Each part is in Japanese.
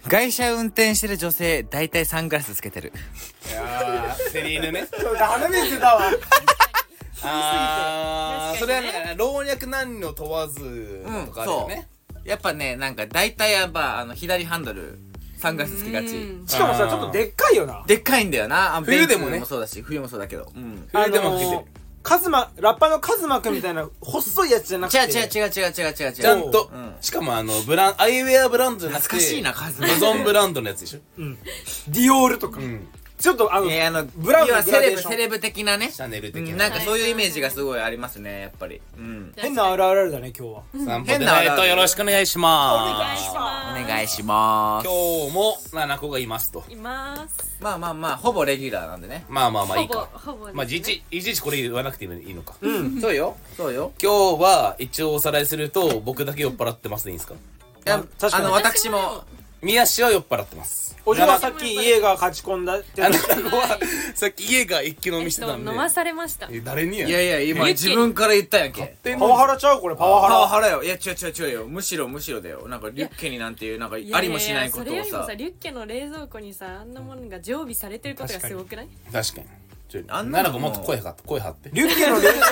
外車運転してる女性大体サングラスつけてる。 いやーセリーヌね。 鼻水出たわ。 それはね、老若男女問わずとかあるよね。 やっぱね、なんか大体やっぱ左ハンドルサングラスつけがち。 しかもさ、ちょっとでっかいよな。 でっかいんだよな。 冬でもねベンツもそうだし、冬もそうだけど。 冬でもかけてる。 ラッパのカズマくんみたいな細いやつじゃなくて。 違う。 ちゃんと、しかもアイウェアブランドじゃなくて、 懐かしいな、カズマ。 メゾンブランドのやつでしょ。 ディオールとか。ちょっとブラウンのグラデーション。 セレブ的なね。 シャネル的な。 なんかそういうイメージがすごいありますね、やっぱり。 変なあるあるだね、今日は。 散歩でないとよろしくお願いします。 お願いします。 今日も7個がいますと。 います。 まあ、ほぼレギュラーなんでね。 まあいいか。 ほぼまあいちいちこれ言わなくていいのか。 そうよ。 今日は一応おさらいすると、僕だけ酔っ払ってますでいいんですか？ 確かに私も、 宮氏は酔っ払ってます。 お嬢はさっき家が勝ち込んだってあの子はさっき家が一気飲みしてたんで。 飲まされました。 誰にや。 いや今自分から言ったやんけ。 パワハラちゃうこれ、パワパワハラ。 ハラよ。いや、違うよ。むしろだよ。なんかリュッケになんていう、なんかありもしないことをさそれよりもさ、リュッケの冷蔵庫にさ、あんなものが常備されてることがすごくない？ 確かに。 あんなの 7個もっと声張って。 リュッケの冷蔵庫。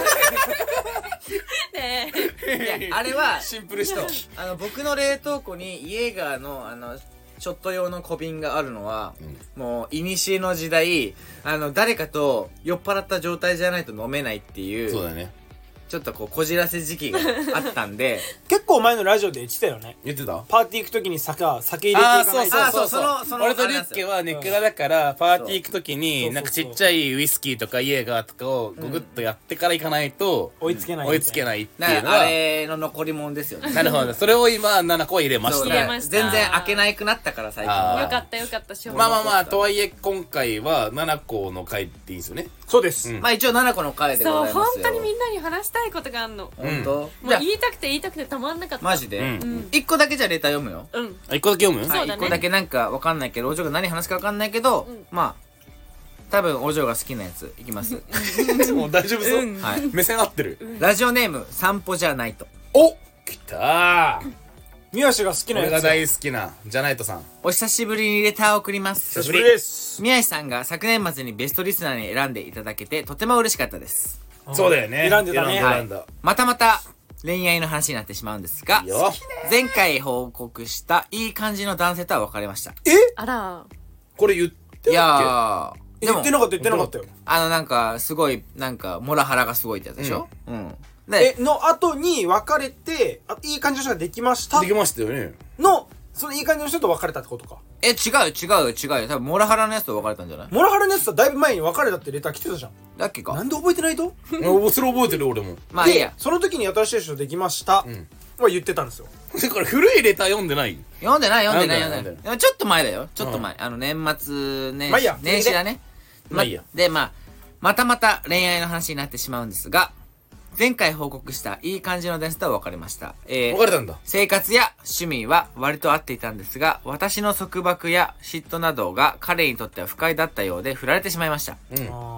ねえ。 いや、あれは、 シンプルした。 僕の冷凍庫にイエーガーのショット用の小瓶があるのは、もう、古の時代、誰かと酔っ払った状態じゃないと飲めないっていう、 そうだね。 ちょっとこう、こじらせ時期があったんで、 結構前のラジオで言ってたよね。 言ってた？ パーティー行くときに酒入れていかないと。 その俺とリュッケはネクラだからパーティー行くときになんかちっちゃいウイスキーとかイエーガーとかをググッとやってから行かないと追いつけないっていうのあは。 れの残り物ですよね。 なるほど。それを今7個入れましたね。 入れました全然開けなくなったから最近は。 よかった。 まあとはいえ今回は7個の回っていいんですよね。 そうです。 まあ一応7個の回でごそう、 ざいますよ。 本当にみんなに話したいことがあんの。 本当？ もう言いたくてたまんなかった。 マジで1個だけじゃレター読むよ。 1個だけ読む？ そうだね 1個だけなんかわかんないけど、お嬢が何話すかわかんないけど、まあ、多分お嬢が好きなやついきます。 もう大丈夫そう？ はい。 目線合ってる。 ラジオネーム、散歩じゃないと。 お！来たー。 宮氏が好きなやつ。 俺が大好きなジャナイトさん。 お久しぶりにレターを送ります。 久しぶりです。 宮石さんが昨年末にベストリスナーに選んでいただけてとても嬉しかったです。 そうだよね。 選んでたね。 選んだ。 また恋愛の話になってしまうんですが、前回報告したいい感じの男性とは別れました。 あら。 これ言っていやー、 言ってなかったよ。 なんか、すごい、なんか、モラハラがすごいってやつでしょ？ の後に別れて、いい感じの人ができましたできましたよね。 そのいい感じの人と別れたってことか。 違うよ。多分、モラハラのやつと別れたんじゃない？ モラハラのやつとだいぶ前に別れたってレター来てたじゃん。 だっけか？ なんで覚えてないと？ それ覚えてる俺も。 まあいいや。 その時に新しい人できましたは言ってたんですよ。 だから古いレター読んでない？ 読んでない。 読んででもちょっと前だよ。ちょっと前。年末年始。年始だね。 まあいいや。 で、また恋愛の話になってしまうんですが、前回報告したいい感じの男性とは別れました。 別れたんだ。 生活や趣味は割と合っていたんですが、私の束縛や嫉妬などが彼にとっては不快だったようで振られてしまいました。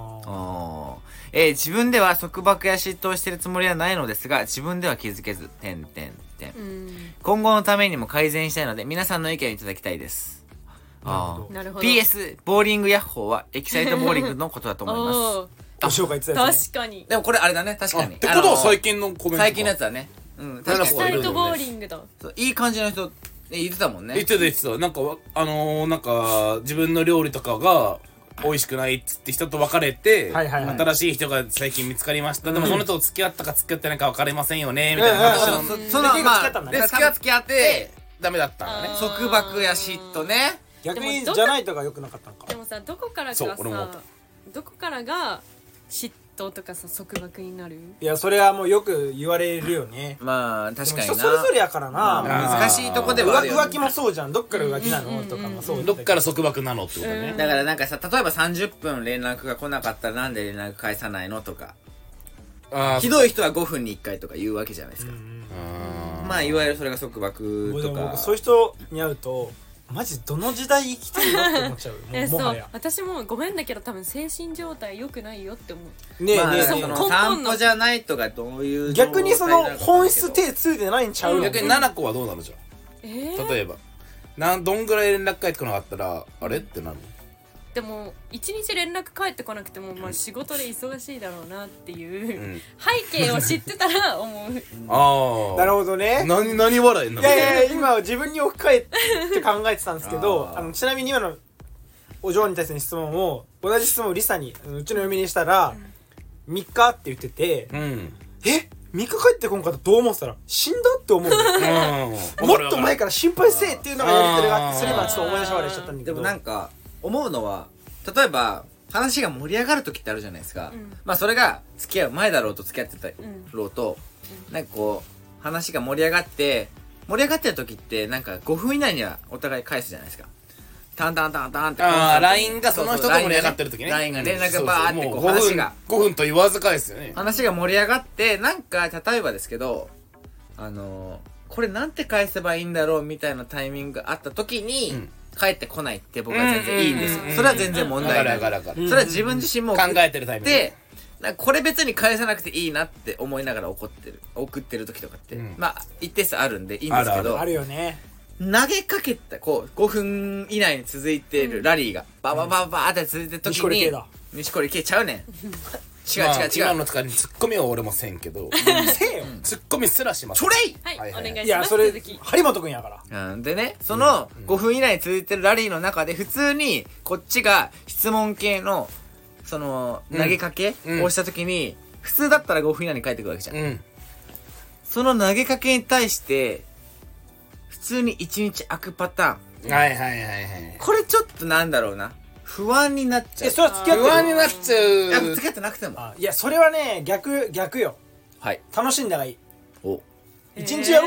自分では束縛や嫉妬をしているつもりはないのですが、自分では気づけず、今後のためにも改善したいので、皆さんの意見をいただきたいです。 なるほど。 PS、ボーリングヤッホーはエキサイトボーリングのことだと思います。 ご紹介言ってたやつね。 確かに。 でもこれあれだね、確かに。 ってことは最近のコメント。 最近のやつだね。確かに。 エキサイトボーリングだ。 いい感じの人、言ってたもんね。 言ってた。なんか、自分の料理とかが、美味しくないっつって人と別れて、新しい人が最近見つかりました。でもその人と付き合ったか付き合ってないか分かりませんよね、みたいな話を。 そので、付き合ってダメだったんだね。 束縛や嫉妬ね。 逆にじゃないとが良くなかったのか。 でもさ、どこからが嫉妬とかさ、束縛になる？ いや、それはもうよく言われるよね。 まあ、確かにな。 人それぞれやからな。 難しいとこではあるよね。 浮気もそうじゃん。どっから浮気なのとかもそう。 どっから束縛なのってことね。 だからなんかさ、例えば30分連絡が来なかったらなんで連絡返さないのとか。ひどい人は5分に1回とか言うわけじゃないですか。まあ、いわゆるそれが束縛とか。 そういう人に会うと、マジどの時代生きてるのって思っちゃう。もはや。 私もごめんだけど多分精神状態良くないよって思う。 ねえねえ、 その散歩じゃないとかどういう逆にその本質手ついてないんちゃう？ 逆に7個はどうなのじゃん。例えばどんぐらい連絡返ってこなかったらあれってなるの？ でも一日連絡返ってこなくても、まあ、仕事で忙しいだろうなっていう背景を知ってたら思う。 ああ、 なるほどね。 何笑いんの？ いや今自分に置き換えて考えてたんですけどちなみに今のお嬢に対する質問を同じ質問をリサにうちの嫁にしたら3日って言ってて3日帰ってこんかったらどう思ってたら死んだって思うもっと前から心配せえっていうのがやり取りがあってそれ今ちょっと思い出し笑いしちゃったんだけどでもなんか思うのは例えば話が盛り上がる時ってあるじゃないですか、まあそれが付き合う前だろうと付き合ってたろうと、なんかこう話が盛り上がってる時ってなんか5分以内にはお互い返すじゃないですか。タンタンタンタンって LINE がその人と盛り上がってる時ね。 LINE が連絡がバーってこう話が 5分と言わず返すよね。 話が盛り上がってなんか例えばですけどこれなんて返せばいいんだろうみたいなタイミングがあった時に、帰ってこないって僕は全然いいんですよ。それは全然問題ない。それは自分自身も考えてるタイミングでなんかこれ別に返さなくていいなって思いながら送ってる時とかって、まあ一定数あるんでいいんですけど、 あるよね。 投げかけたこう5分以内に続いているラリーがババババーって続いてる時に錦織圭ちゃうねん。違う今の使いにツッコミは俺もせんけどせえよツッコミすらします。 それはい、お願いします。 いやそれ張本君やから。 でねその5分以内に続いてるラリーの中で普通にこっちが質問系のその投げかけをした時に普通だったら5分以内に返ってくるわけじゃん。その投げかけに対して普通に1日空くパターン。 はいこれちょっとなんだろうな不安になっちゃう。 それは付き合ってる。 不安になっちゃう。 付き合ってなくてもいやそれはね逆よ。 はい楽しんだがいい。 お 1日やろ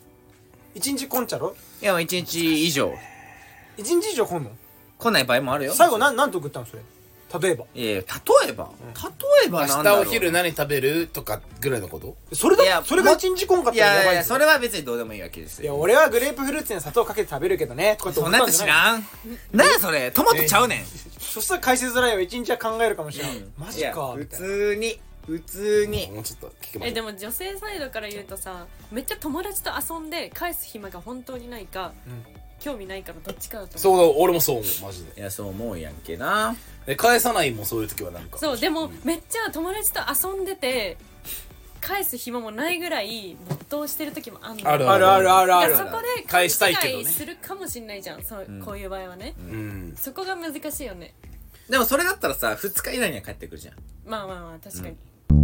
1日こんちゃろ。 いやもう1日以上 1日以上こんの来ない場合もあるよ。 最後なんと送ったのそれ。例えばいや例えばなんだろう。 明日お昼何食べるとかぐらいのこと？ それが1日こんかったらやばい。 いやそれは別にどうでもいいわけですよ。 いや俺はグレープフルーツに砂糖かけて食べるけどねとかってそんなやつ知らん。なんやそれトマトちゃうねん。 そしたら返しづらいよ。1日は考えるかもしれない。マジか普通にもうちょっと聞けばいい。 でも女性サイドから言うとさめっちゃ友達と遊んで返す暇が本当にないか、興味ないかのどっちかだと思う。 そうだ俺もそう思うマジで。 いやそう思うやんけな。 返さないもんそういう時はなんか。 そうでもめっちゃ友達と遊んでて返す暇もないぐらい没頭してる時もあんの。 あるそこで返したいけどねするかもしんないじゃん。こういう場合はね、そこが難しいよね。 でもそれだったらさ2日以内には帰ってくるじゃん。 まあ確かに、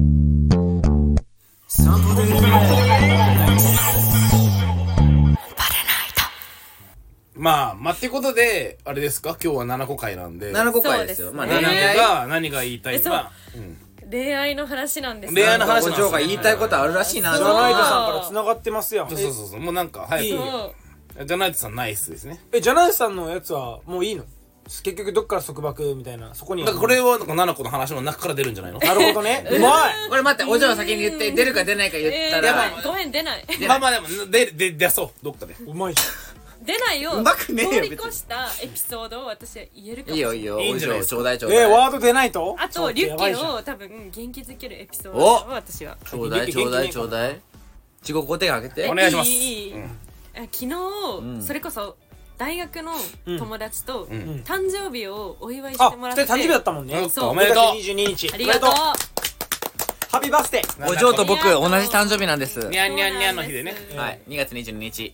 まあってことであれですか今日は7個回なんで 7個回ですよ。まあ7個が何が言いたいか。 恋愛の話なんです恋愛の話お嬢が言いたいことあるらしいな。 ジャナイトさんから繋がってますやん。 そうもうなんか早くジャナイトさんナイスですね。 ジャナイトさんのやつはもういいの？結局どっから束縛みたいなそこに。 だからこれは7個の話の中から出るんじゃないの？ なるほどね。うまい。 これ待ってお嬢先に言って出るか出ないか言ったらごめん出ない。 まあでも出そうどっかで。 うまいじゃん。 出ないよ。 うまくねえよ通り越したエピソードを私は言えるかもしれない。 いいよいいんじゃないですか。 ちょうだいワード出ないと。 あとリュッキーを多分元気づけるエピソードを私はちょうだい自己肯定感上げてお願いします。 昨日それこそ大学の友達と誕生日をお祝いしてもらって。 誕生日だったもんね。 そうおめでとう。 22日ありがとう。 ハッピーバースデー。 お嬢と僕同じ誕生日なんです。 にゃんにゃんにゃんの日でね。 はい2月22日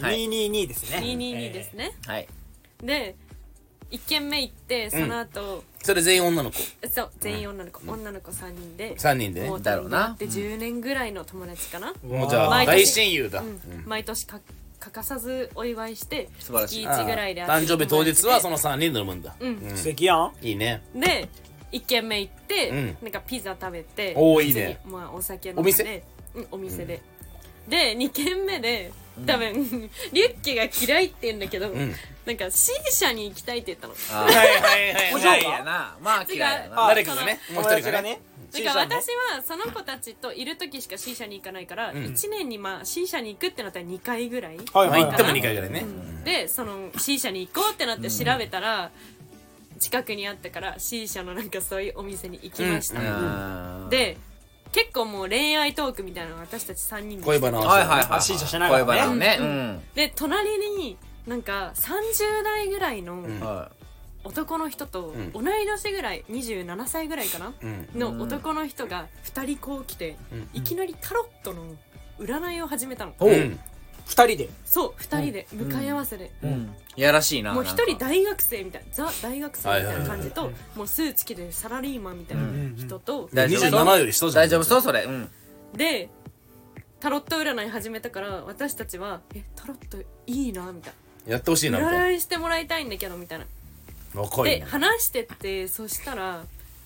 222ですね。 222ですね。 はいで1軒目行ってその後それ全員女の子。 そう全員女の子女の子3人で 3人でね。 もうだろうなで10年ぐらいの友達かな。 もうじゃあ大親友だ。 毎年欠かさずお祝いして素晴らしい。 月1ぐらいで誕生日当日はその3人で飲むんだ。 素敵やん。 いいね。 で1軒目行ってなんかピザ食べておーいいね。 まあお酒飲んでお店でで2軒目で多分リュッキーが嫌いって言うんだけどなんか C 社に行きたいって言ったの。 はいお嬢がやなまあ嫌いやな。 誰かがねもう一人がね。 なんか私はその子たちといる時しか C 社に行かないから1年にまあ C 社に行くってなったら2回ぐらい。 まあ行っても2回ぐらいね。 でその C 社に行こうってなって調べたら近くにあったから C 社のなんかそういうお店に行きました。で結構もう恋愛トークみたいなの私たち3人で恋バナはいはいはい。 C 社しながらね。 恋バナね。 で隣になんか30代ぐらいのは男の人と同い年ぐらい27歳ぐらいかなの男の人が2人こう来ていきなりタロットの占いを始めたの。 2人でそう2人で向かい合わせで、 いやらしいな。 もう1人大学生みたいなザ大学生みたいな感じと、もうスーツ着てサラリーマンみたいな人と、 27より下じゃん。 大丈夫そうそれ。 でタロット占い始めたから私たちはタロットいいなみたいやってほしいなな、 みたいな。 占いしてもらいたいんだけどみたいな。で若いね。 話してって、そしたら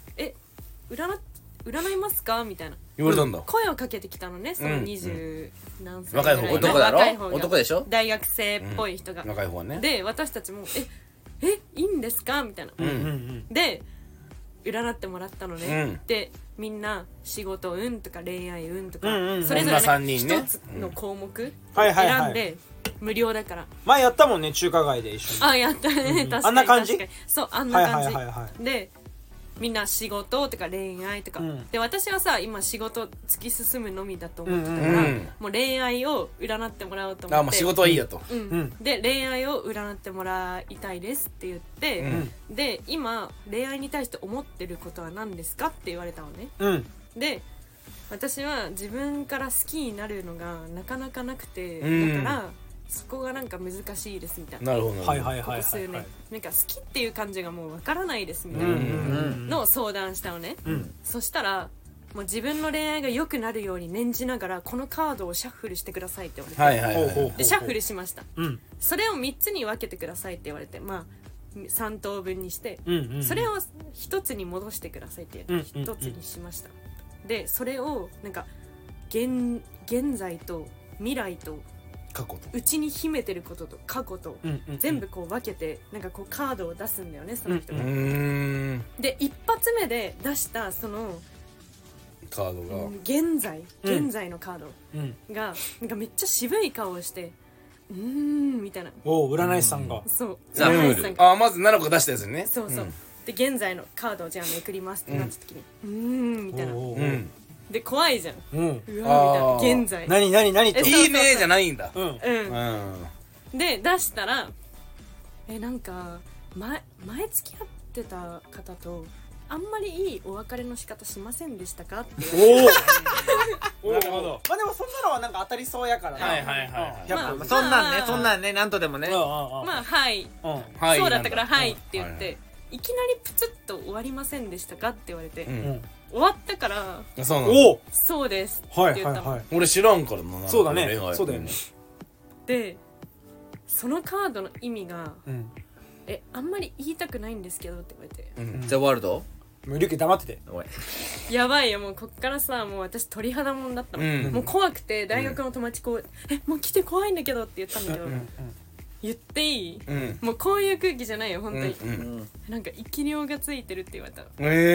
占いますかみたいな言われたんだ。 声をかけてきたのね、その20何歳若い方がね男だろ若い方が男でしょ。 大学生っぽい人が、 若い方はね。 で私たちもいいんですかみたいな、で占ってもらったのね、でみんな仕事運とか恋愛運とか、それぞれ女3人ね一つの項目はいはいはい選んで無料だから。 前やったもんね、中華街で一緒に。 あ、やったね、確かにあんな感じ確かにそう、あんな感じ、 はいはいはいはでみんな仕事とか恋愛とか、で私はさ今仕事突き進むのみだと思ってたから、もう恋愛を占ってもらおうと思って、 あ、もう仕事はいいやと。 で恋愛を占ってもらいたいですって言って、で今恋愛に対して思ってることは何ですかって言われたのね、で私は自分から好きになるのがなかなかなくて、だからそこがなんか難しいですみたいな。 なるほど。 はいはいはいはいここ数年なんか好きっていう感じがもうわからないですみたいなのを相談したのね、そしたらもう自分の恋愛が良くなるように念じながらこのカードをシャッフルしてくださいって言われて、 はいはいはい。 でシャッフルしました、それを3つに分けてくださいって言われて、まあ3等分にして、それを1つに戻してくださいって言って1つにしました、でそれをなんか現在と未来と過去と。 うちに秘めてることと過去と全部こう分けてなんかこうカードを出すんだよね、その人が。で一発目で出したそのカードが現在のカードがなんかめっちゃ渋い顔をしてみたいな。 お占い師さんが。 そうザ占い師さんがあ、まず7個出したやつね。 そうそう、で現在のカードをじゃあめくりますってなった時にみたいな。で怖いじゃん、うわみたいな、現在何っていいねじゃないんだ。 で出したらなんか前付き合ってた方とあんまりいいお別れの仕方しませんでしたかって言われてなるほど。まあでもそんなのはなんか当たりそうやからな。 はいはいはいやっぱそんなんねなんとでもね。 まあはいそうだったからはいって言っていきなりプツッと終わりませんでしたかって言われて、終わったからそうなんだ。 そうですってはい言ったの、 はいはい。 俺知らんからな。 そうだね。そうだよね。 でそのカードの意味があんまり言いたくないんですけどって言われて、 ザワールドもうリュウキ黙ってて。 おいやばいよ、もうこっからさもう私鳥肌もんだったの、もう怖くて大学の友達こうもう来て怖いんだけどって言ったんだけど、言っていい、もうこういう空気じゃないよ本当に、なんか生き量がついてるって言われた。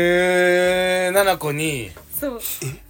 7個にそう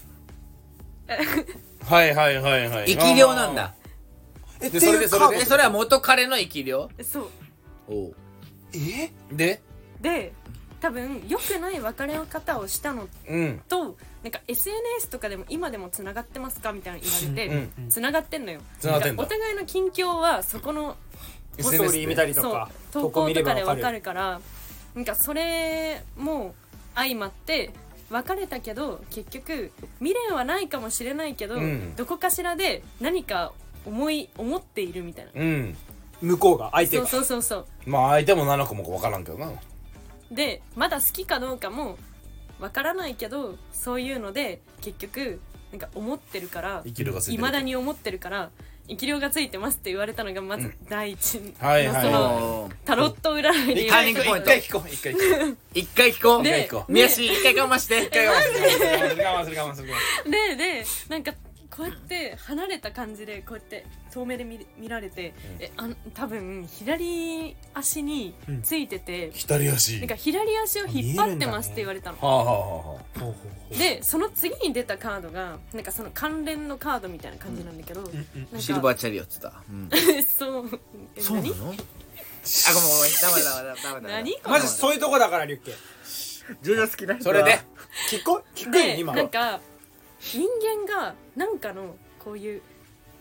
はいはいはいはい。 生き量なんだ。 でそれでそれは元彼の生き量。 そうおで多分良くない別れ方をしたのと、なんか SNS とかでも今でもつながってますかみたいな言われて、つながってんのよ。なんかお互いの近況はそこのストーリー見たりとか投稿とかで分かるから、なんかそれも相まって別れたけど結局未練はないかもしれないけど、どこかしらで何か思っているみたいな、 向こうが相手がそうまあ相手も7個も分からんけどな。 でまだ好きかどうかも分からないけどそういうので結局なんか思ってるから生き量がついてる、 未だに思ってるから生き量がついてますって言われたのがまず第一のはいはいそのタロット占いで言タわれたーニングポイント。 一回聞こう。 一回聞こう。 で宮下一回我慢して。 我慢する。 でなんかこうやって離れた感じでこうやって遠目で見られて、多分左足についてて、 左足なんか左足を引っ張ってますって言われたの。でその次に出たカードがなんかその関連のカードみたいな感じなんだけど、なんかシルバーチャリオッツだ。 そうそうな何の？あ、ごめんごめん。ダメ。 何これマジそういうとこだからリュウキ。 ジョジョ好きな人。 それで聞くよで今。 なんか人間がなんかのこういう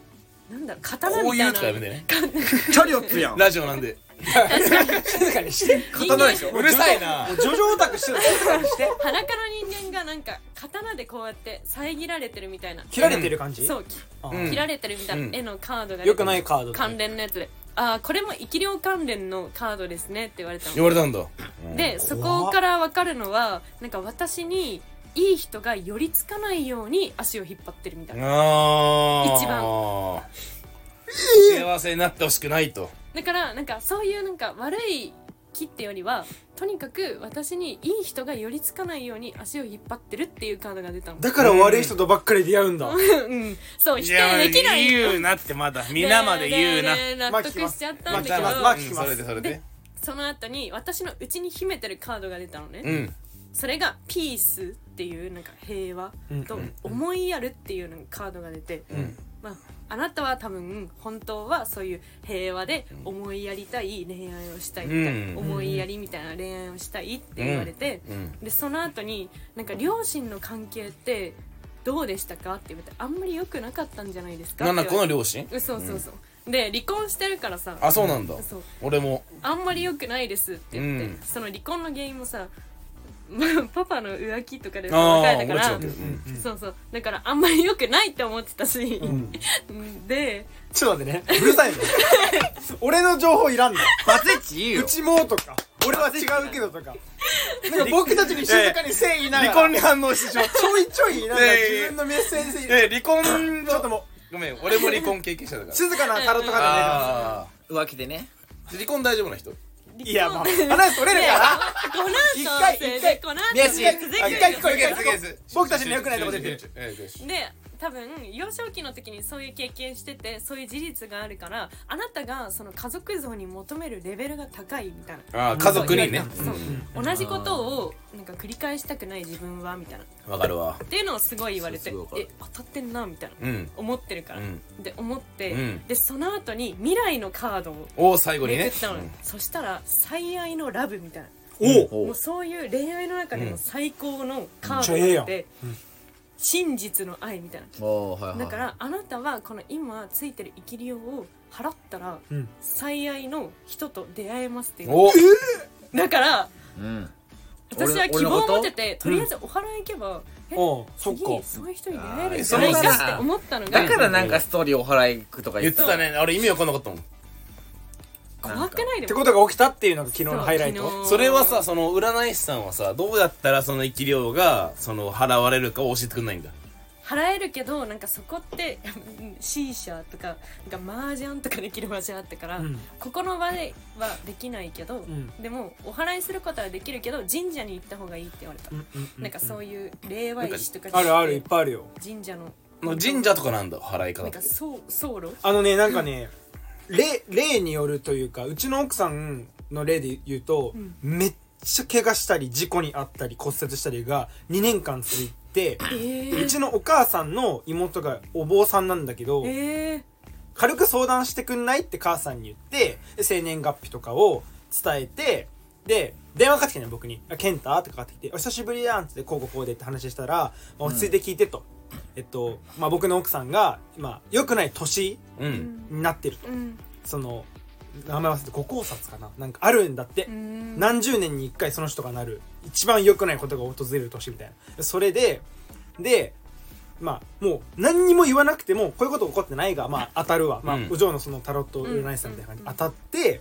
なんだろう刀こういうみたいなとかやめてね。 チャリオッツやん。 ラジオなんで。 静かにして刀でしょ。 うるさいな。 もうジョジョオタクしてる静かにして裸の人間がなんか刀でこうやって遮られてるみたいな、 切られてる感じ、 そう切られてるみたいな絵のカードがよくないカード関連のやつで、これも生き量関連のカードですねって言われた言われたんだ。 でそこから分かるのはなんか私にいい人が寄りつかないように足を引っ張ってるみたいな、一番幸せになってほしくないと。 だからなんかそういうなんか悪い気ってよりはとにかく私にいい人が寄りつかないように足を引っ張ってるっていうカードが出たの。 だから悪い人とばっかり出会うんだ、 うんそう否定できない言うなってまだ皆まで言うな。 納得しちゃったんだけど、 それでそれでその後に私のうちに秘めてるカードが出たのね、それがピースっていうなんか平和と思いやるっていうなんかカードが出て、まああなたは多分本当はそういう平和で思いやりたい恋愛をしたいみたいな、思いやりみたいな恋愛をしたいって言われて、でその後になんか両親の関係ってどうでしたかって言われて、あんまり良くなかったんじゃないですかってなんだこの両親。 そうそうそう、で離婚してるからさ、 あそうなんだ。 そう俺もあんまり良くないですって言って、その離婚の原因もさパパの浮気とかで別れたから、そうそうだからあんまり良くないって思ってたし、でちょっと待ってね、うるさいね俺の情報いらんの。 バツイチ言うよ。 うちもとか俺は違うけどとかなんか僕たちに静かにせい言いながら離婚に反応してしまう。 ちょいちょいなんか自分のメッセージ離婚ちょっともごめん俺も離婚経験者だかう静かなタロットカーら。 浮気でね。 離婚大丈夫な人。 ドいやまあ話取れるからこの後先生この後宮地続き一回聞こえ僕たちの良くないとこ出てるで多分幼少期の時にそういう経験しててそういう事実があるからあなたがその家族像に求めるレベルが高いみたいな。 家族にね。 そう同じことをなんか繰り返したくない自分はみたいな。 わかるわ。 っていうのをすごい言われて、当たってんなみたいな、思ってるから、で思って、でその後に未来のカードを最後にね。 そしたら最愛のラブみたいな。もうそういう恋愛の中でも最高のカードがあって、真実の愛みたいな。だからあなたはこの今ついてる生き量を払ったら、最愛の人と出会えますっていう。だから、私は希望を持っててとりあえずお祓い行けば、次そういう人に出会えるんじゃないかって思ったのが、 だからなんかストーリーお祓い行くとか言ってたね。あれ意味わかんなかったもん。 怖くないでもってことが起きたっていうのが昨日のハイライト。 それはさ、その占い師さんはさ、どうやったらその生き量がその払われるかを教えてくんないんだ。 払えるけどなんかそこってシーシャとかなんか麻雀とかできる場所あったから、ここの場ではできないけど、でもお祓いすることはできるけど神社に行った方がいいって言われた。なんかそういう霊媒師とかあるあるいっぱいあるよ。 神社の神社とかなんだ払い方。 なんか僧侶なんかね例によるというか、うちの奥さんの例で言うと、めっちゃ怪我したり事故に遭ったり骨折したりが2年間続いて、うちのお母さんの妹がお坊さんなんだけど、軽く相談してくんないって母さんに言って生年月日とかを伝えて、で電話かかってきてね、僕に「健太?」ってかかってきて「お久しぶりやん」ってこうこうこうでって話したら「落ち着いて聞いて」と。僕の奥さんが今良くない年になってると、その名前忘れて五光殺かな、なんかあるんだって、何十年に1回その人がなる一番良くないことが訪れる年みたいな。それでもう何にも言わなくてもこういうこと起こってないが当たるわ、お嬢のそのタロット占い師さんみたいな感じで当たって、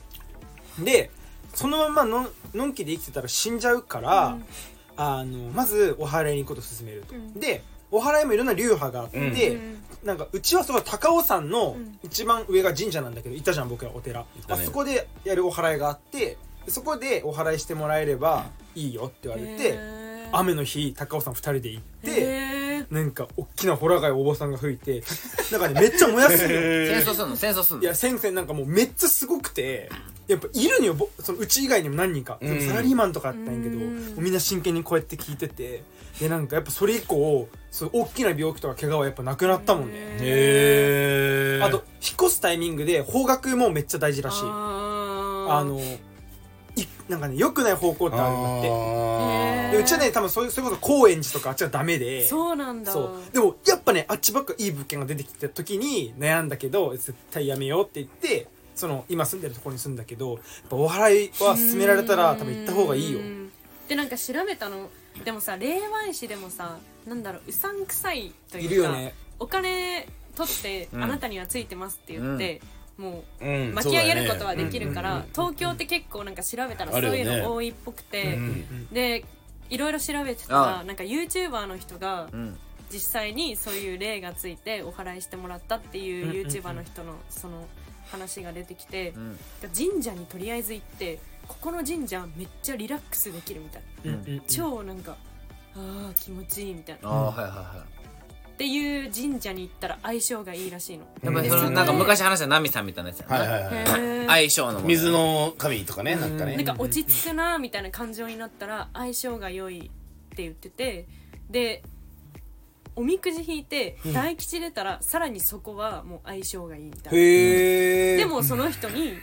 でそのままのんきで生きてたら死んじゃうから、まずお祓いに行くことを勧めると。でお祓いもいろんな流派があって、なんかうちはその高尾山の一番上が神社なんだけど、行ったじゃん僕らお寺、あそこでやるお祓いがあって、そこでお祓いしてもらえればいいよって言われて、雨の日高尾山2人で行って、なんか大きなホラ貝お坊さんが吹いてなんかねめっちゃ燃やすの戦争すんのいや先生なんかもうめっちゃすごくて、やっぱいるのよ、そのうち以外にも何人か、サラリーマンとかあったんやけど、もうみんな真剣にこうやって聞いてて、でなんかやっぱそれ以降そう大きな病気とか怪我はやっぱなくなったもんね。あと引っ越すタイミングで方角もめっちゃ大事らしい。 なんかね良くない方向ってあるんだって。でうちはね多分それこそ高円寺とかあっちはダメで。 そうなんだ。 そうでもやっぱねあっちばっかいい物件が出てきた時に悩んだけど絶対やめようって言って今住んでるところに住んだけどやっぱお祓いは勧められたら多分行った方がいいよ。 でなんか調べたのでもさ霊媒師でもさなんだろううさんくさいというかいるよね。 お金取ってあなたにはついてますって言って、もう巻き上げることはできるから、東京って結構なんか調べたらそういうの多いっぽくて、でいろいろ調べてたらなんか YouTuber の人が実際にそういう霊がついてお祓いしてもらったっていう YouTuber の人のその話が出てきて、神社にとりあえず行ってここの神社めっちゃリラックスできるみたいな、超なんか気持ちいいみたいな、っていう神社に行ったら相性がいいらしいの。 やっぱりなんか昔話したナミさんみたいなやつやね。相性の水の神とかね、なんかね。 なんか落ち着くなみたいな感情になったら相性が良いって言ってて、でおみくじ引いて大吉出たらさらにそこはもう相性がいいみたいな。でもその人に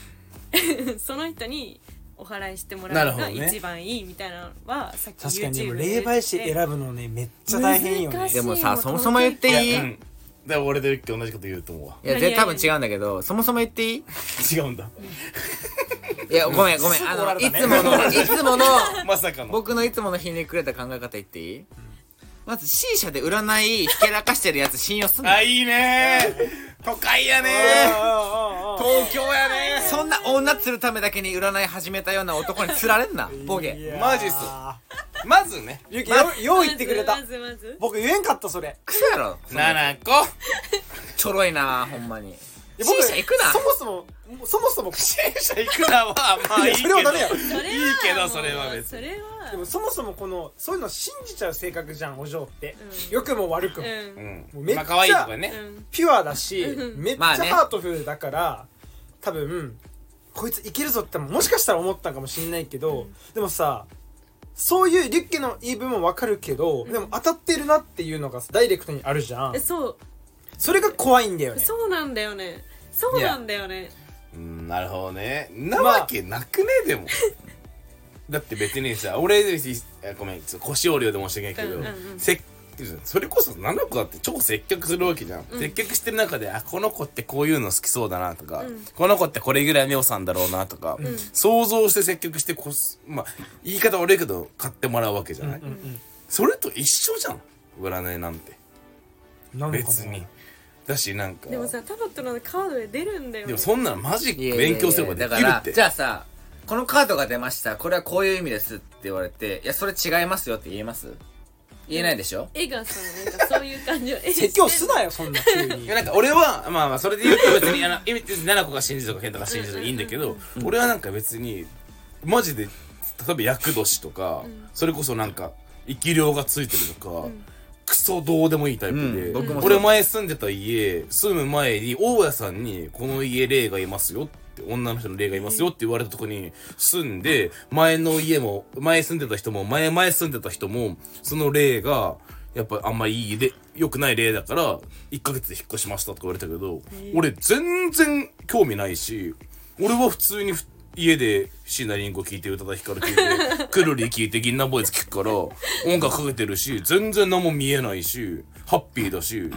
お祓いしてもらうのが一番いいみたいなのはさっき YouTube で確かに霊媒師選ぶのねめっちゃ大変よね。 でもさそもそも言っていい？ だから俺で同じこと言うと思うわ。 いや多分違うんだけど、そもそも言っていい？ 違うんだ。 いやごめんいつものまさかの僕のいつものひねくれた考え方言っていい？まず C 社で占いひけらかしてるやつ信用すんな。 いいね都会やね東京やね。 そんな女釣るためだけに占い始めたような男に釣られんなボケ。 マジっす。まずねよう言ってくれた。 まず僕言えんかったそれ。 クソやろ 7個ちょろいなほんまに。 C 社行くな。 そもそも C 社行くなはまあいいけどそれはダメよ。 いいけどそれは別に。 でもそもそもそういうの信じちゃう性格じゃんお嬢って、良くも悪くも、もうめっちゃ可愛いとかねピュアだし、めっちゃハートフルだから、多分こいついけるぞってもしかしたら思ったかもしんないけど、でもさそういうリュッケの言い分も分かるけど、でも当たってるなっていうのがダイレクトにあるじゃん。それが怖いんだよね。 そうなんだよね。そうなんだよね。 なるほどね。なわけなくねでも。だって別にさ、俺ごめん腰折るようで申し訳ないけど、それこそ7個だって超接客するわけじゃん。接客してる中でこの子ってこういうの好きそうだなとか、この子ってこれぐらいの予算だろうなとか、想像して接客してまあ言い方悪いけど買ってもらうわけじゃない。それと一緒じゃん占いなんて。別にだしなんかでもさタロットのカードで出るんだよ。 でもそんなのマジ勉強すればできるって。 じゃあさこのカードが出ましたこれはこういう意味ですって言われていやそれ違いますよって言えます？言えないでしょ。 絵がさなんかそういう感じを説教すなよそんな急に。 いやなんか俺はまあそれで言うと別に7個が信じるとか健太が信じるとかいいんだけど、俺はなんか別にマジで例えば厄年とか、それこそなんか生き量がついてるとか、クソどうでもいいタイプで、俺前住んでた家住む前に大家さんにこの家霊がいますよって女の人の霊がいますよって言われたとこに住んで、前住んでた人も前住んでた人もその霊がやっぱあんまり良くない霊だから1ヶ月で引っ越しましたとか言われたけど、俺全然興味ないし、俺は普通に家で椎名林檎聴いて宇多田ヒカル聴いてくるり聴いて銀杏ボーイズ聴くから音楽かけてるし、全然何も見えないしハッピーだし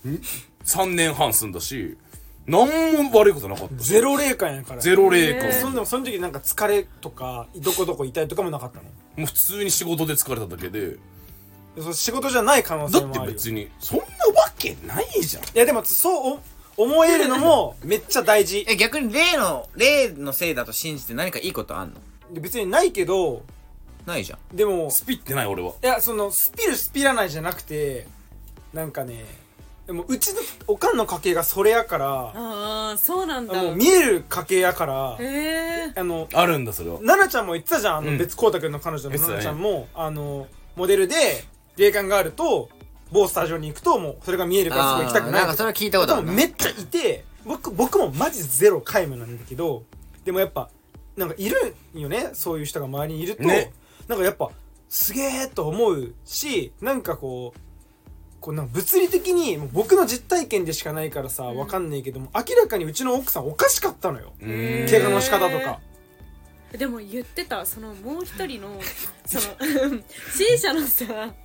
3年半住んだし何も悪いことなかった。 ゼロ霊感やから。 ゼロ霊感。 その時なんか疲れとかどこどこ痛いとかもなかったの？ もう普通に仕事で疲れただけで。 仕事じゃない可能性もあるよ。 だって別にそんなわけないじゃん。いやでもそう思えるのもめっちゃ大事。 逆に霊のせいだと信じて何かいいことあんの？ 別にないけど。 ないじゃん。 でもスピってない俺は。 いやスピらないじゃなくてなんかね、でもうちのおかんの家系がそれやから。 ああそうなんだ。 もう見える家系やから。 へえ。 あるんだそれは。 奈々ちゃんも言ってたじゃん。別光太くんの彼女の奈々ちゃんもモデルで霊感があると某スタジオに行くともうそれが見えるからすごい行きたくない。 なんかそれは聞いたことあるな。 めっちゃいて僕もマジゼロ皆無なんだけど、でもやっぱなんかいるよね、そういう人が周りにいると、ね、なんかやっぱすげえと思うし、なんかこうなんか物理的にもう僕の実体験でしかないからさわかんないけども、明らかにうちの奥さんおかしかったのよ、怪我の仕方とか。 でも言ってた、そのもう一人のそのC 社のさ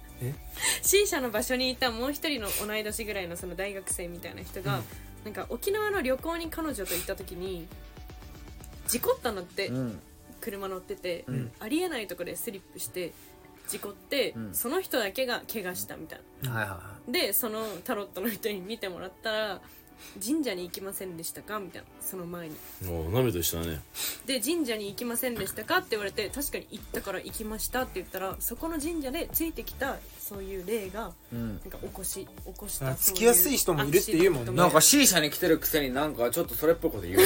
C 社の場所にいたもう一人の同い年ぐらいのその大学生みたいな人が、なんか沖縄の旅行に彼女と行った時に事故ったんだって、車乗ってて、ありえないところでスリップして事故って、その人だけが怪我したみたいな、でそのタロットの人に見てもらったら、神社に行きませんでしたかみたいな、その前に涙したね。 で神社に行きませんでしたかって言われて、確かに行ったから行きましたって言ったら、そこの神社でついてきたそういう霊が、なんか起こしたつきやすい人もいるっていうもんね。 なんか C 社に来てるくせになんかちょっとそれっぽいこと言うな。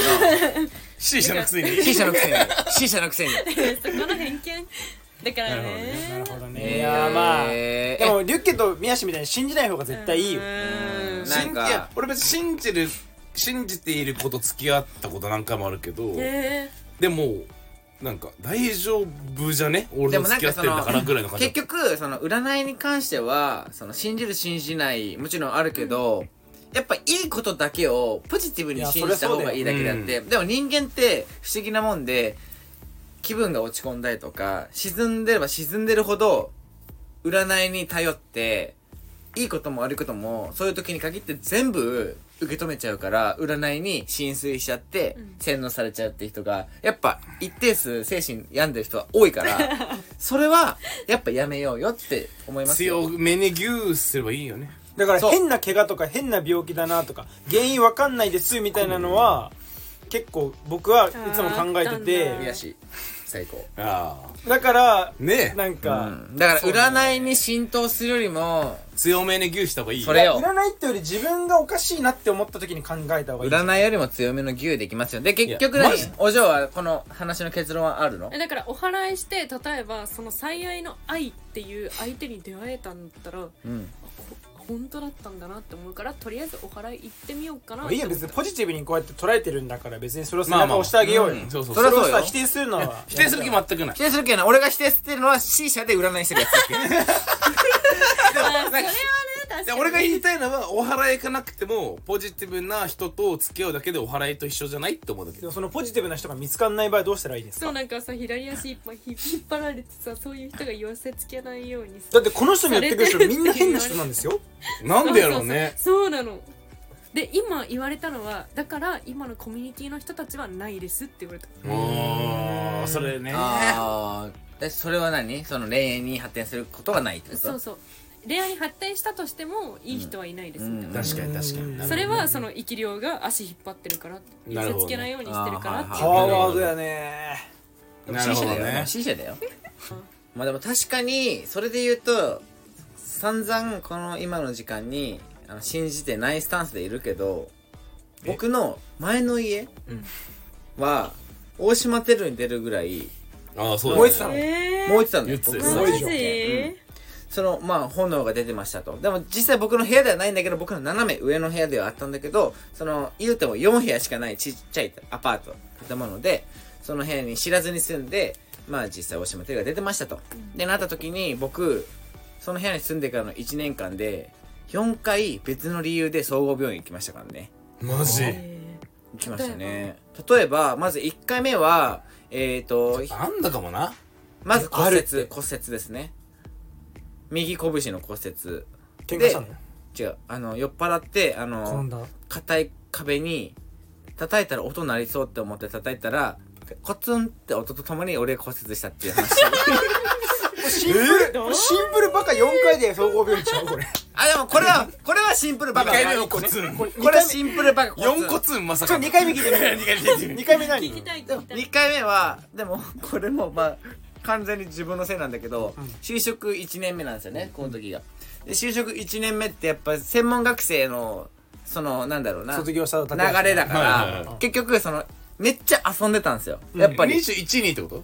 C 社のくせに C 社のくせに C 社のくせにそこの偏見だからね。 なるほどね。いやまあでもリュッケと宮氏みたいに信じない方が絶対いいよ。 なんかいや俺別に信じている子と付き合ったこと何回もあるけど、でもなんか大丈夫じゃね、俺と付き合ってるんだからぐらいの感じ。 結局その占いに関してはその信じる信じないもちろんあるけど、やっぱいいことだけをポジティブに信じた方がいいだけであって、でも人間って不思議なもんで、気分が落ち込んだりとか沈んでれば沈んでるほど占いに頼って、いいことも悪いこともそういう時に限って全部受け止めちゃうから、占いに浸水しちゃって洗脳されちゃうって人がやっぱ一定数精神病んでる人は多いからそれはやっぱやめようよって思いますよ。 強めにギューすればいいよね。 だから変な怪我とか変な病気だなとか原因わかんないですみたいなのは結構僕はいつも考えてて、 宮氏最高。 だからね、 なんか、 だから占いに浸透するよりも強めにギューした方がいいよ。 それを占いってより自分がおかしいなって思った時に考えた方がいい。 占いよりも強めの牛できますよ。で結局お嬢はこの話の結論はあるの？ だからお祓いして、例えばその最愛の愛っていう相手に出会えたんだったら、本当だったんだなって思うから、とりあえずお祓い行ってみようかな。 いいよ別にポジティブにこうやって捉えてるんだから、別にそれを背中を押してあげようよ。 それはそうよ。 否定するのは否定する気全くない。 否定するけどな、俺が否定してるのは C 社で占いしてるやつだけ。 それはね、確かに俺が言いたいのは、お祓い行かなくてもポジティブな人と付き合うだけでお祓いと一緒じゃないって思うんだけど。 そのポジティブな人が見つかんない場合どうしたらいいですか？ そう、なんかさ、左足引っ張られてさ、そういう人が寄せつけないようにさ、 だってこの人にやってくる人みんな変な人なんですよ。 なんでやろうね。 そうなの。で今言われたのは、だから今のコミュニティの人たちはないですって言われた。 それね。 それは何？その恋愛に発展することがないってこと？ そうそう、恋愛に発展したとしてもいい人はいないですみたいな。 確かに確かに。 それはその生き量が足引っ張ってるから、寄せつけないようにしてるからっていう。 パワーワードやね。 なるほどね。 C 社だよ。まあでも確かにそれで言うと散々この今の時間に信じてないスタンスでいるけど、僕の前の家は大島テルに出るぐらい燃えてたの。 燃えてたのよ。そのまあ炎が出てましたと。でも実際僕の部屋ではないんだけど、僕の斜め上の部屋ではあったんだけど、その言うても4部屋しかないちっちゃいアパート建物で、その部屋に知らずに住んで、まあ実際大島テルが出てましたと。でなった時に僕その部屋に住んでからの1年間で4回別の理由で総合病院行きましたからね。 マジ？ 行きましたね。例えばまず1回目はなんだかもな。 まず骨折ですね。右拳の骨折。 喧嘩したの？ 違う、酔っ払って硬い壁に叩いたら音鳴りそうって思って叩いたらコツンって音とともに俺が骨折したっていう話。 シンプルバカ4回で総合病院ちゃうこれ。 でもこれはシンプルバカ。 2回目のコツン。 これシンプルバカ。 4コツンまさか。 2回目聞いてみる。2回目何？ 聞きたい。 2回目はでもこれもまあ完全に自分のせいなんだけど、就職1年目なんですよね、この時が。で就職1年目ってやっぱ専門学生のそのなんだろうな卒業した流れだから結局そのめっちゃ遊んでたんですよ、やっぱり。 21人ってこと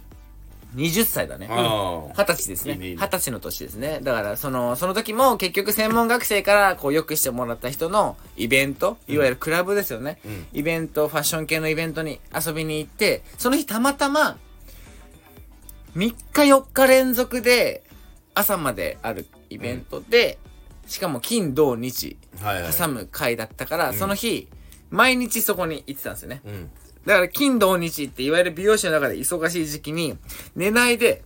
？20歳だね。20歳ですね。20歳の年ですね。だからその時も結局専門学生からこうよくしてもらった人のイベント、いわゆるクラブですよね。イベント、ファッション系のイベントに遊びに行って、その日たまたま3日4日連続で朝まであるイベントで、しかも金土日挟む回だったから、その日毎日そこに行ってたんですよね。 だから金土日っていわゆる美容師の中で忙しい時期に寝ないで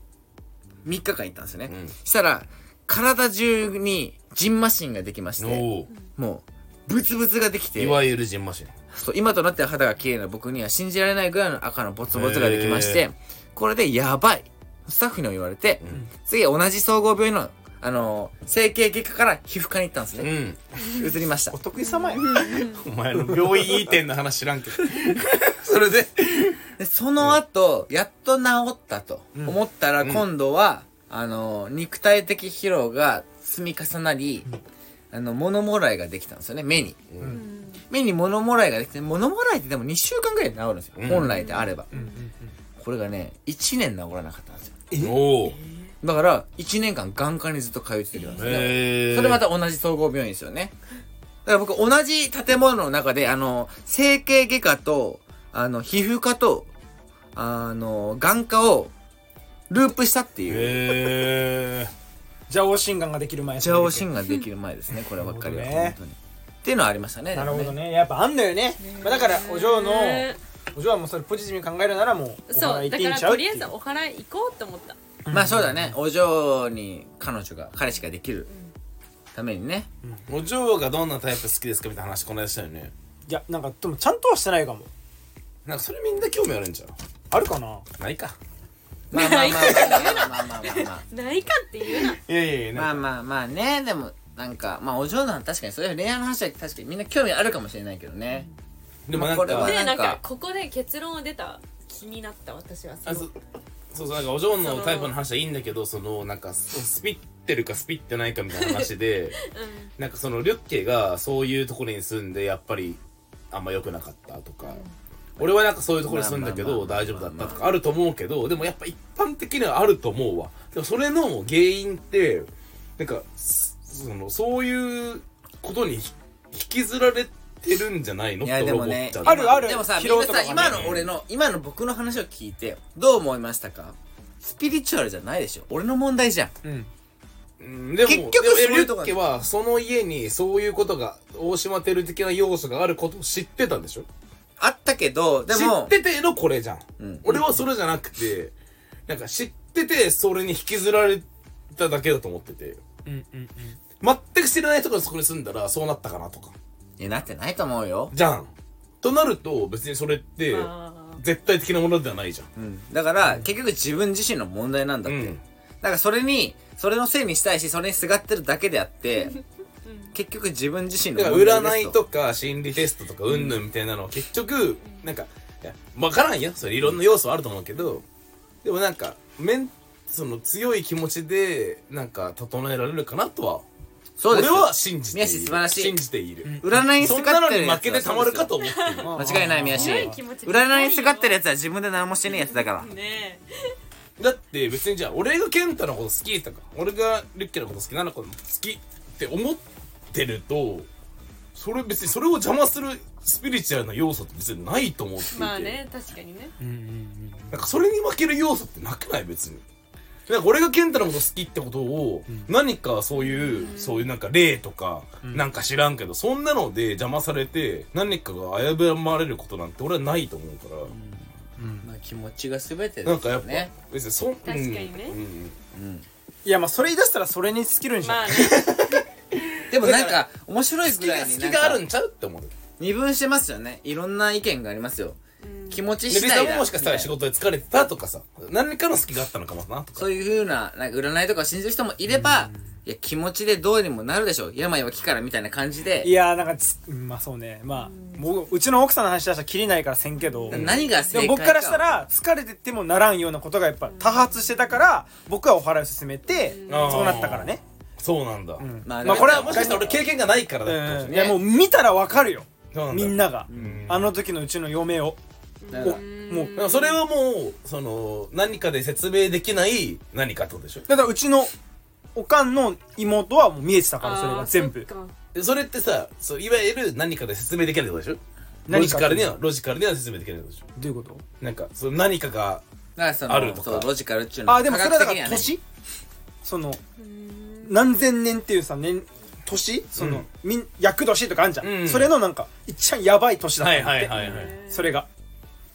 3日間行ったんですよね、したら体中にジンマシンができまして、もうブツブツができて、 いわゆるジンマシン。 そう、今となっては肌が綺麗な僕には信じられないぐらいの赤のボツボツができまして、これでやばい、スタッフにも言われて、次同じ総合病院の整形外科から皮膚科に行ったんですね。移りました。 お得意様や。 お前の病院移転の話知らんけど。それでその後、やっと治ったと思ったら、今度は、肉体的疲労が積み重なり、物もらいができたんですよね、目に。目に物もらいができて、物もらいってでも2週間ぐらいで治るんですよ。本来であれば。これがね、1年治らなかったんですよ。だから、1年間眼科にずっと通ってるようなんですね。それまた同じ総合病院ですよね。だから僕、同じ建物の中で、整形外科と、皮膚科と、眼科を、ループしたっていう。 蛇王心眼ができる前。 蛇王心眼できる前ですね、こればっかりは。本当に。っていうのはありましたね。 なるほどね。やっぱあんだよね。だから、お嬢はもうそれポジティブに考えるならもう、 そう、だからとりあえずお祓い行こうと思った。 まあそうだね、お嬢に彼氏ができるためにね。 お嬢がどんなタイプ好きですかみたいな話この間したよね。 いや、なんかでもちゃんとはしてないかも。 なんかそれみんな興味あるんじゃん。 あるかな。 ないか。 まあまあまあまあまあまあまあないかって言うな。 いやいやいや、 まあまあまあね。でもなんかまあお嬢の確かにそういう恋愛の話は確かにみんな興味あるかもしれないけどね。 でもなんかでなんかここで結論が出た気になった私は。 そうなんかお嬢のタイプの話はいいんだけど、そのなんかスピってるかスピってないかみたいな話で、なんかそのリュッケがそういうところに住んでやっぱりあんま良くなかったとか、俺はなんかそういうところに住んだけど大丈夫だったとかあると思うけど、でもやっぱ一般的にはあると思うわ。でもそれの原因ってなんかそういうことに引きずられてるんじゃないのって思っちゃう。 あるある。 でもさ、みんなさ、今の僕の話を聞いてどう思いましたか？スピリチュアルじゃないでしょ。俺の問題じゃん。 でも結局そういうとこリュッケはその家にそういうことが大島テル的な要素があることを知ってたんでしょ。 あったけど、でも知っててのこれじゃん。俺はそれじゃなくて、なんか知っててそれに引きずられただけだと思ってて、全く知らない人がそこに住んだらそうなったかなとか。 いや、なってないと思うよ。 じゃん。となると別にそれって絶対的なものではないじゃん。 だから、結局自分自身の問題なんだって。だからそれのせいにしたいし、それにすがってるだけであって、結局自分自身の問題ですと。 占いとか心理テストとかうんぬんみたいなのは結局なんか分からんよ。それいろんな要素あると思うけど、でもなんかその強い気持ちでなんか整えられるかなとは。 そうです。 俺は信じている。 宮氏素晴らしい。 信じている。 占いにすがってるやつはそんなのに負けてたまるかと思っている。 間違いない宮氏。占いにすがってるやつは自分で何もしてねえやつだから。 ねえ。だって別にじゃあ俺が健太のこと好きとか、俺がリュッケのこと好きなのこと好きって思ってると、それ別にそれを邪魔するスピリチュアルな要素って別にないと思っていて。 まあね、確かにね。 なんかそれに負ける要素ってなくない別に。なんか俺が健太のこと好きってことを、何かそういうなんか霊とか、なんか知らんけど、そんなので邪魔されて、何かが危ぶまれることなんて俺はないと思うから。 まあ気持ちが全てですよね。 なんかやっぱ、別に確かにね。 いや、まあそれ言い出したらそれに尽きるんじゃん。 まあね。 でもなんか、面白いぐらいに好きがあるんちゃうって思う。 二分してますよね。いろんな意見がありますよ。気持ち次第だ。リサももしかしたら仕事で疲れてたとかさ、何かの好きがあったのかもなとか。 そういう風な、なんか占いとかを信じる人もいれば、いや、気持ちでどうにもなるでしょ。病は気からみたいな感じで。 いやー、なんかまあそうね。まあ、うちの奥さんの話出したらきりないからせんけど。 何が正解か。 でも僕からしたら、疲れててもならんようなことがやっぱ多発してたから、僕はお祓いを勧めて、そうなったからね。 そうなんだ。 まあこれはもしかしたら俺経験がないからだった。 いや、もう見たらわかるよ。みんなが。あの時のうちの嫁を。 もうそれはもうその何かで説明できない何かってことでしょ。 だからうちのおかんの妹はもう見えてたから、それが全部。 それってさ、いわゆる何かで説明できないってことでしょ。ロジカルには説明できないってことでしょ。 どういうこと？ なんかその何かがあるとか。 ロジカルっていうのはでもそれはだから年、その何千年っていうさ年その厄年とかあんじゃん。それのなんか一番やばい年だったんだって。それが。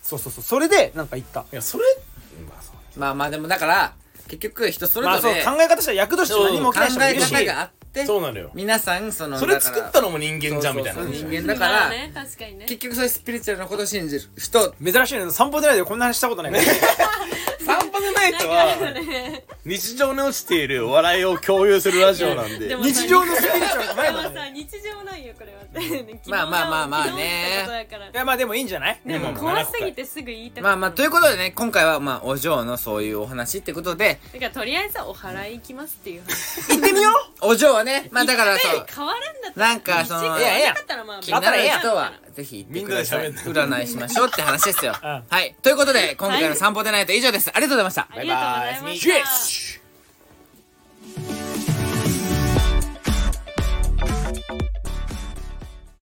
そうそれでなんか言った。いやそれまあでもだから結局人それぞれ考え方したら役として何も起きない人もいるし、 考え方があって、 そうなのよ。 皆さんそれ作ったのも人間じゃんみたいな。 人間だから確かにね、 結局そういうスピリチュアルなことを信じる人珍しいね。散歩でないでこんな話したことないから散歩でないとは日常に落ちている笑いを共有するラジオなんで。 日常のスピリチュアルじゃないもんね。 でもさ日常なんよこれは。 まあね。 いやまあでもいいんじゃない？ でも怖すぎてすぐ言いたくまあということでね、今回はお嬢のそういうお話ってことで、 だからとりあえずお祓い行きますっていう話。 行ってみよう。お嬢はね、だからそう変わるんだったらなんかその気になる人はぜひ行ってください。占いしましょうって話ですよ。はい、ということで今回の散歩でないと以上です。ありがとうございました。 ありがとうございました。